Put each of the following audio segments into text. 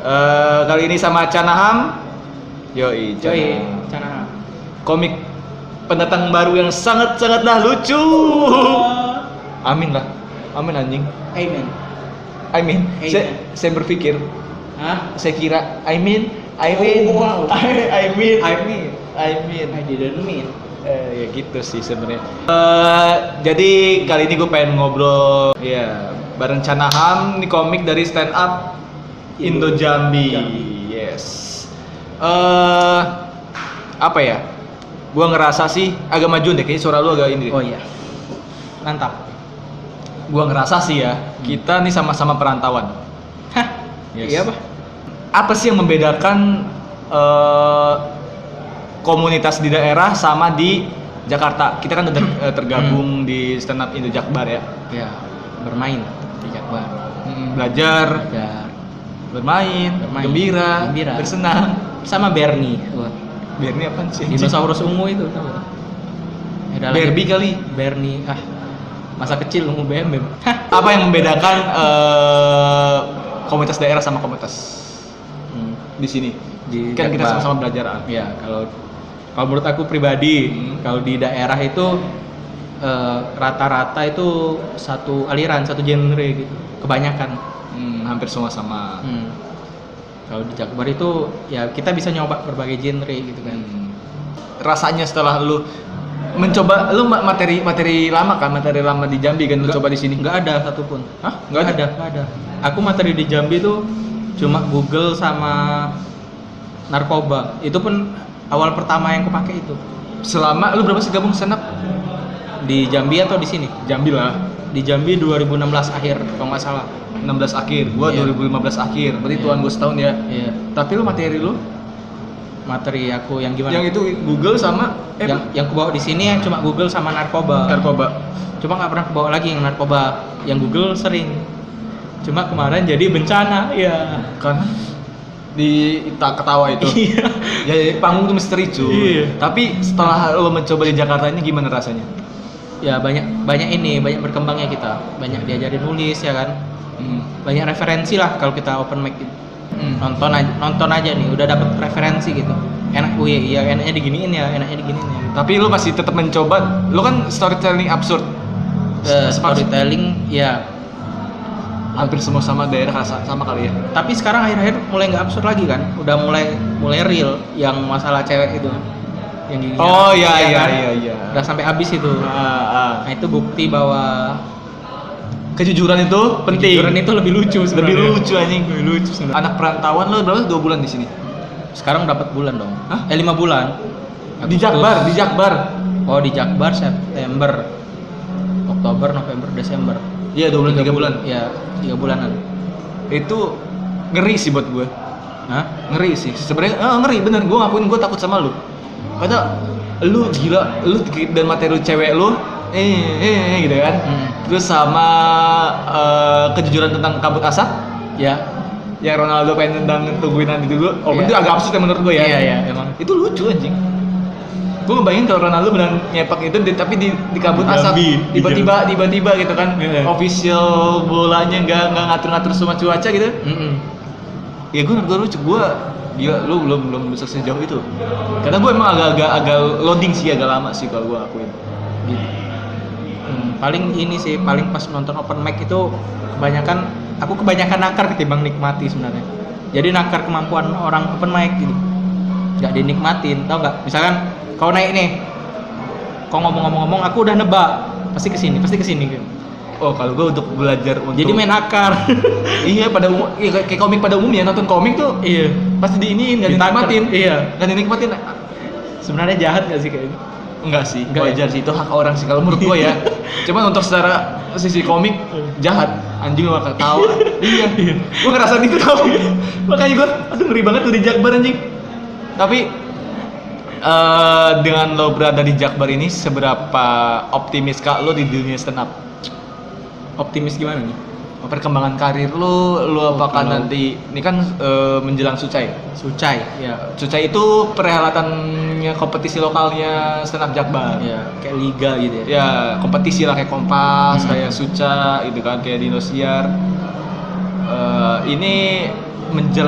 Kali ini sama Canaham. Yoi, Canaham. Komik pendatang baru yang sangat-sangatlah lucu. Amin lah. Amin anjing. Amen. Saya berpikir, saya kira I mean. I didn't mean. Ya gitu sih sebenarnya. Jadi kali ini gue pengen ngobrol ya bareng Canaham, ini komik dari stand up Indo Jambi. Yes. Apa ya? Gua ngerasa sih agak maju deh, kayaknya suara lu agak ini deh. Oh iya. Mantap. Gua ngerasa sih ya, kita nih sama-sama perantauan. Hah? Yes. Iya, Pak. Apa sih yang membedakan komunitas di daerah sama di Jakarta? Kita kan udah tergabung di stand up Indo Jakbar ya. Ya, bermain di Jakbar. Belajar, bermain, gembira, bersenang. Sama Bernie. Wah. Bernie apaan sih? Dinosaurus ungu itu tahu gak? Barbie kali. Bernie. Masa kecil ungu BM. Apa yang membedakan komunitas daerah sama komunitas di sini? Kan kita sama-sama belajar. Ya, kalau menurut aku pribadi, kalau di daerah itu rata-rata itu satu aliran, satu genre gitu. Kebanyakan. Hampir semua sama. Kalau di Jakbar itu ya kita bisa nyoba berbagai genre gitu kan. Rasanya setelah lu mencoba, lu materi lama di Jambi kan, lu coba di sini? Nggak ada satupun. Hah? Nggak ada. Aku materi di Jambi tuh cuma Google sama narkoba. Itu pun awal pertama yang kepake itu. Selama lu berapa sih gabung stand up? Di Jambi atau di sini? Jambi lah. Di Jambi 2016 akhir kalau nggak salah. 16 akhir, gua 2015 akhir. Berarti tuan gua setahun ya. Iya. Tapi lu materi aku yang gimana? Yang itu Google sama yang kebawa di sini yang cuma Google sama narkoba. Cuma nggak pernah kebawa lagi yang narkoba. Yang Google sering. Cuma kemarin jadi bencana ya. Karena di ketawa itu. Iya. Ya panggung itu misteri cuy. Iya. Tapi setelah lo mencoba di Jakarta ini gimana rasanya? Ya banyak berkembangnya kita. Banyak diajarin nulis ya kan. Banyak referensi lah kalau kita open mic gitu. Nonton aja nih udah dapat referensi gitu. Enaknya diginiin ya. Tapi lo masih tetap mencoba. Lo kan storytelling absurd. Storytelling ya hampir semua sama daerah sama kali ya. Tapi sekarang akhir-akhir mulai nggak absurd lagi kan. Udah mulai real yang masalah cewek itu. Yang gini. Oh iya. Udah sampai habis itu. Nah, itu bukti bahwa kejujuran itu penting. Kejujuran itu lebih lucu sebenarnya. Lebih lucu sebenarnya. Anak perantauan lo berapa? 2 bulan di sini? Sekarang dapat bulan dong. 5 bulan. Di Jakbar. Oh, di Jakbar September, Oktober, November, Desember. Iya, 2 bulan, 3 bulan. Iya, 3 bulanan. Itu ngeri sih buat gue. Hah? Ngeri sih. Sebenarnya ngeri bener. Gue ngakuin gue takut sama lu. Karena lu gila, lu dan materi cewek lu gitu kan. Terus sama kejujuran tentang kabut asap. Ya. Yang Ronaldo pengen tungguin nanti dulu. Itu agak absurd ya menurut gue ya. Iya, emang. Itu lucu anjing. Gue ngebayangin kalau Ronaldo beneran nyepak itu tapi di kabut asap tiba-tiba gitu kan. Official bolanya nggak ngatur-ngatur semua cuaca gitu. Ya gue lucu. Gue gila, lu belum bisa sejauh itu. Karena gue emang agak loading sih, agak lama sih kalau gue akuin. Gitu. Paling pas nonton open mic itu kebanyakan nakar ketimbang nikmati sebenarnya. Jadi nakar kemampuan orang open mic gitu. Nggak dinikmatin, tau nggak? Misalkan kau naik nih, kau ngomong-ngomong, aku udah nebak, pasti kesini gitu. Oh, kalau gue untuk belajar untuk jadi main akar. Iya, kayak komik pada umumnya, nonton komik tuh iya pasti diiniin, nggak dinikmatin. Iya, nggak dinikmatin. Sebenarnya jahat nggak sih kayaknya? Enggak sih, wajar sih, itu hak orang sih kalau menurut gue ya. Cuman untuk secara sisi komik jahat, anjing lu bakal tahu. Iya. Gue ngerasain itu tau. Makanya gue ngeri banget tuh di Jakbar anjing. Tapi dengan lo berada di Jakbar ini, seberapa optimis kak lo di dunia stand up? Optimis gimana nih? Perkembangan karir lo apakah nanti ini kan menjelang Sucai ya. Sucai itu perhelatannya kompetisi lokalnya stand up Jakbar ya, kayak liga gitu ya. Ya, kompetisi lah kayak Kompas, kayak Suca gitu kan, kayak di Indosiar. Ini menjelang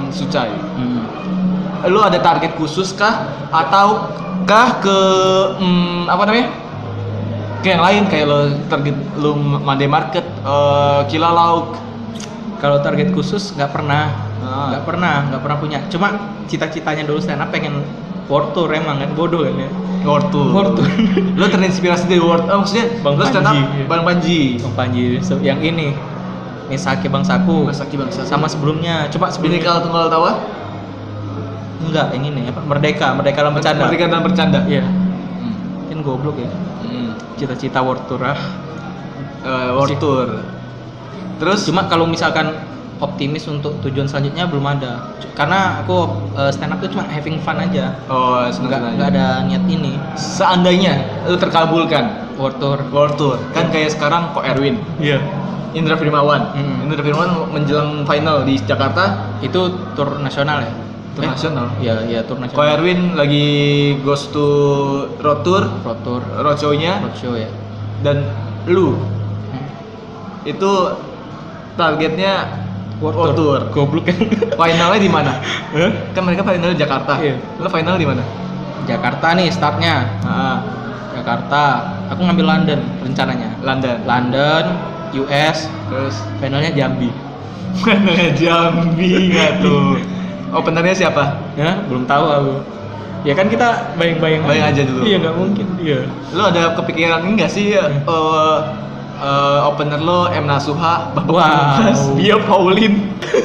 Sucai. Lu ada target khusus kah atau ke apa namanya? Ke yang lain kayak lo target lu Monday Market, Kilalauk. Kalau target khusus nggak pernah punya. Cuma cita-citanya dulu stand up pengen world tour emang kan, bodoh kan ya. World Tour. Lo terinspirasi dari World Tour, maksudnya Bang lo stand up Panji. Bang Panji. Bang Panji yang ini Misaki Bangsaku Masaki Bangsa. sama sebelumnya. Coba sebelumnya Bineka Tunggal Tawa. enggak yang ini apa Merdeka dalam bercanda. Merdeka dalam bercanda. Iya. Kan goblok ya. Cita-cita world tour World Tour. Terus Cuma kalau misalkan optimis untuk tujuan selanjutnya belum ada. Karena aku stand up itu cuma having fun aja. Nggak ada niat ini. Seandainya lu terkabulkan World tour. World Tour, kan kayak sekarang Ko Erwin, Iya. Indra Firmawan. Indra Firmawan menjelang final di Jakarta, Itu tour nasional ya? tour nasional. Iya, tour Ko nasional. Erwin lagi goes to road tour, World tour, roadshow-nya, roadshow ya. dan lu itu targetnya World Tour. Goblok kan. Finalnya di mana? Kan mereka finalnya di Jakarta. Iya. Lu final di mana? Jakarta nih startnya. Jakarta. Aku ngambil London rencananya. London, US, Terus finalnya Jambi. finalnya Jambi nggak tuh? Openernya siapa? Ya, belum tahu aku. Ya kan kita bayang-bayang Bayang aja dulu. Iya, nggak mungkin. Iya. Lu ada kepikiran enggak sih opener lo M Nasuha, Bapak Wow. Lukas, Bia Paulin.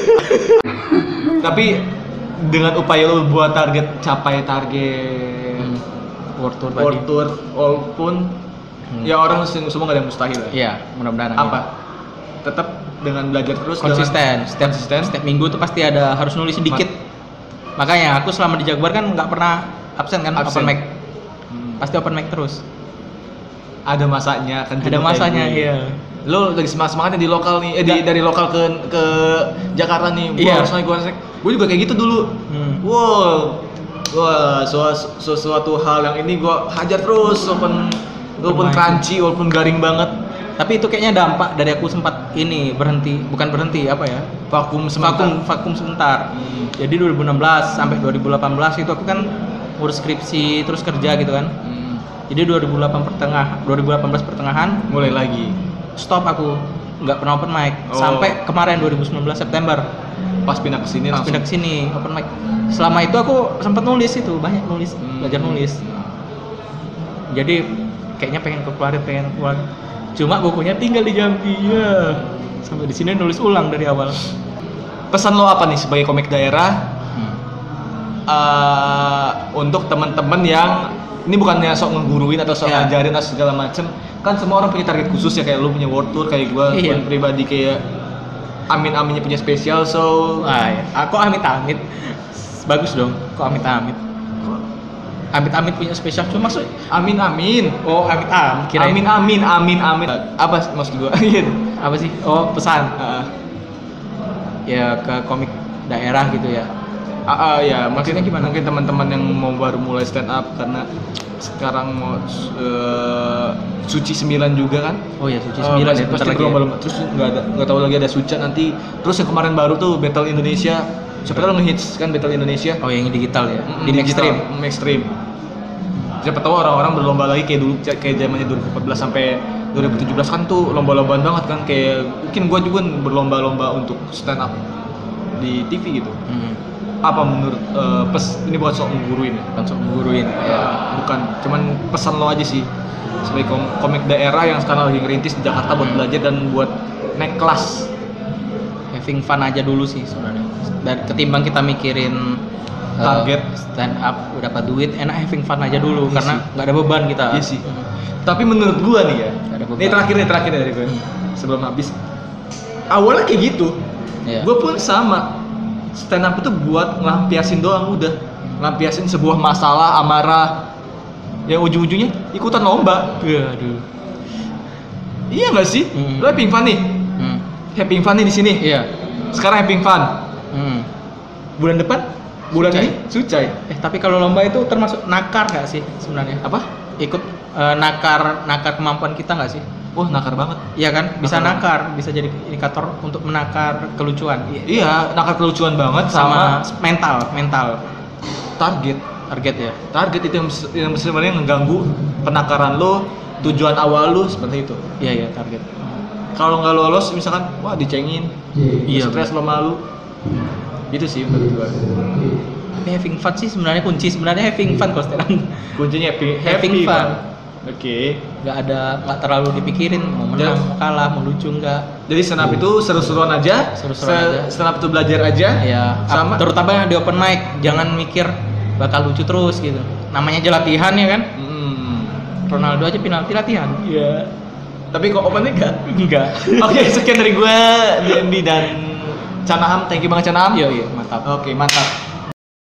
Tapi dengan upaya lo buat capai target World tour tadi. World Tour, walaupun ya orang semua nggak ada yang mustahil ya. Iya, mudah-mudahan. Apa? Tetap dengan belajar terus, Konsisten. Setiap minggu tuh pasti ada harus nulis sedikit. Makanya aku selama di Jaguar kan nggak pernah absen kan, Absen. open mic. Pasti open mic terus. Ada masanya kan. Ada juga masanya, kayak gue. iya. Lo lagi semangatnya di lokal nih, dari lokal ke Jakarta nih. Iya. Gue juga kayak gitu dulu. Wow, wah, sesuatu hal yang ini gue hajar terus, walaupun Open mic. crunchy, walaupun garing banget. Tapi itu kayaknya dampak dari aku sempat ini bukan berhenti apa ya? Vakum sebentar. Vakum sebentar. Jadi 2016 sampai 2018 itu aku kan ngurus skripsi terus kerja gitu kan. Jadi 2018 pertengahan Mulai lagi. stop aku nggak pernah open mic sampai kemarin 2019 September Pas pindah ke sini pas langsung. pindah ke sini open mic. Selama itu aku sempat nulis itu banyak nulis belajar nulis. Jadi kayaknya pengen keluar. Cuma bukunya tinggal di Jambi ya. Sampai di sini nulis ulang dari awal. Pesan lo apa nih sebagai komik daerah untuk teman-teman yang ini bukannya sok ngeguruin atau sok Iya. ngajarin atau segala macem, kan semua orang punya target khusus ya, kayak lu punya world tour, kayak gua Iya. pribadi kayak Amin-Aminnya punya spesial show. Wah, ya. Aku amit-amit. Bagus dong. Kok amit-amit? Amit-amit punya spesial cuma maksud Amin. oh amit-amit kirain. Amin. Apa maksud gua? Apa sih? Oh, pesan. Heeh. Ya ke komik daerah gitu ya. Ya, Maksudnya gimana? Mungkin teman-teman yang mau baru mulai stand up karena sekarang mau Suci 9 juga kan. Oh ya, Suci 9 ya, bentar pasti lagi ya. berlomba-lomba. Terus nggak tahu lagi ada Suca nanti. Terus yang kemarin baru tuh Battle Indonesia. Siapa tahu ngehits kan Battle Indonesia. Oh, yang digital ya. Di Digital, Maxstream. Maxstream. Siapa tahu orang-orang berlomba lagi kayak dulu, kayak zamannya 2014 sampai 2017 kan tuh lomba-lombaan banget kan, kayak mungkin gua juga berlomba-lomba untuk stand up di TV gitu. Apa menurut ini bukan sok ngguruin ya? Langsung guruin. Ya, bukan, cuman pesan lo aja sih sebagai komik daerah yang sekarang lagi ngerintis di Jakarta buat belajar dan buat naik kelas. Having fun aja dulu sih sebenarnya. Dan ketimbang kita mikirin Target. stand up dapat duit, enak having fun aja dulu Iya karena sih. nggak ada beban kita. Iya sih. Tapi menurut gua nih ya, Ada beban. ini terakhir dari gue sebelum habis. Awalnya kayak gitu, Iya. gue pun sama. Stand up itu buat ngelampiasin doang udah, ngelampiasin sebuah masalah, amarah, yang ujung-ujungnya ikutan lomba. Aduh. Iya nggak sih? Lo having fun nih, having fun nih di sini. Iya. Sekarang having fun. Bulan depan, bulan Sucai. ini Sucai. Tapi kalau lomba itu termasuk nakar nggak sih sebenarnya? Apa? Ikut nakar kemampuan kita nggak sih? wah nakar banget. Iya kan? Bisa Nakar. nakar, bisa jadi indikator untuk menakar kelucuan. Iya, nakar kelucuan banget Sama sama mental target. ya. Target itu yang sebenarnya mengganggu penakaran lo, tujuan awal lo seperti itu. Iya target. Kalau nggak lolos misalkan, wah dicengin, Iya. stres lo malu. Itu sih menurut gua. Tapi having fun sih sebenarnya kunci sebenarnya having fun kalau sekarang. Kuncinya Having fun. Oke. Nggak terlalu dipikirin mau menang, mau kalah, mau lucu nggak. Jadi senap itu seru-seruan aja. Seru-seruan aja. Senap itu belajar aja. Ya, Sama. terutama yang di open mic, jangan mikir bakal lucu terus gitu. Namanya aja latihan ya kan? Ronaldo aja penalti latihan. Iya. Tapi kok open mic Enggak. Oke, sekian dari gua DNB dan Canaham. Thank you banget Canaham. Iya, mantap. Oke, mantap.